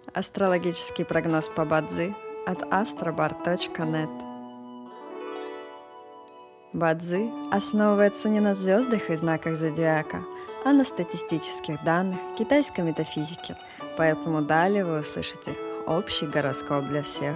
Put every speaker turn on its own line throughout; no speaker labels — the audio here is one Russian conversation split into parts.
Астрологический прогноз по Бадзи от astrobar.net. Бадзи основывается не на звездах и знаках зодиака, а на статистических данных китайской метафизики, поэтому далее вы услышите общий гороскоп для всех.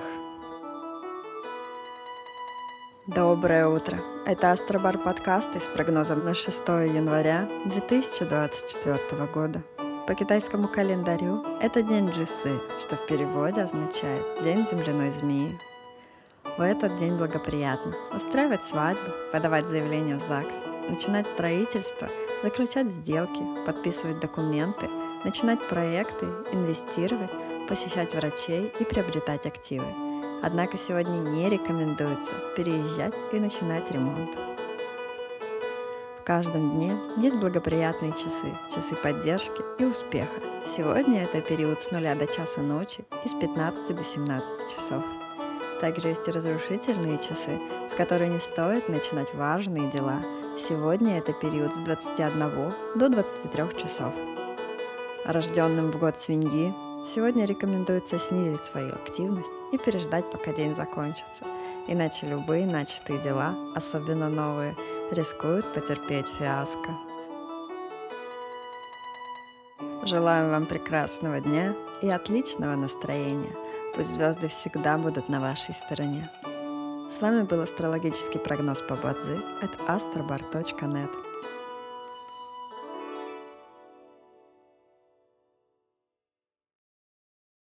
Доброе утро! Это Астробар подкасты с прогнозом на 6 января 2024 года. По китайскому календарю это день Джисы, что в переводе означает «день земляной змеи». В этот день благоприятно устраивать свадьбу, подавать заявление в ЗАГС, начинать строительство, заключать сделки, подписывать документы, начинать проекты, инвестировать, посещать врачей и приобретать активы. Однако сегодня не рекомендуется переезжать и начинать ремонт. В каждом дне есть благоприятные часы поддержки и успеха. Сегодня это период с 0 до часу ночи и с 15 до 17 часов. Также есть и разрушительные часы, в которые не стоит начинать важные дела. Сегодня это период с 21 до 23 часов. Рожденным в год свиньи сегодня рекомендуется снизить свою активность и переждать, пока день закончится. Иначе любые начатые дела, особенно новые, рискуют потерпеть фиаско. Желаем вам прекрасного дня и отличного настроения. Пусть звезды всегда будут на вашей стороне. С вами был астрологический прогноз по Бадзи от astrobar.net.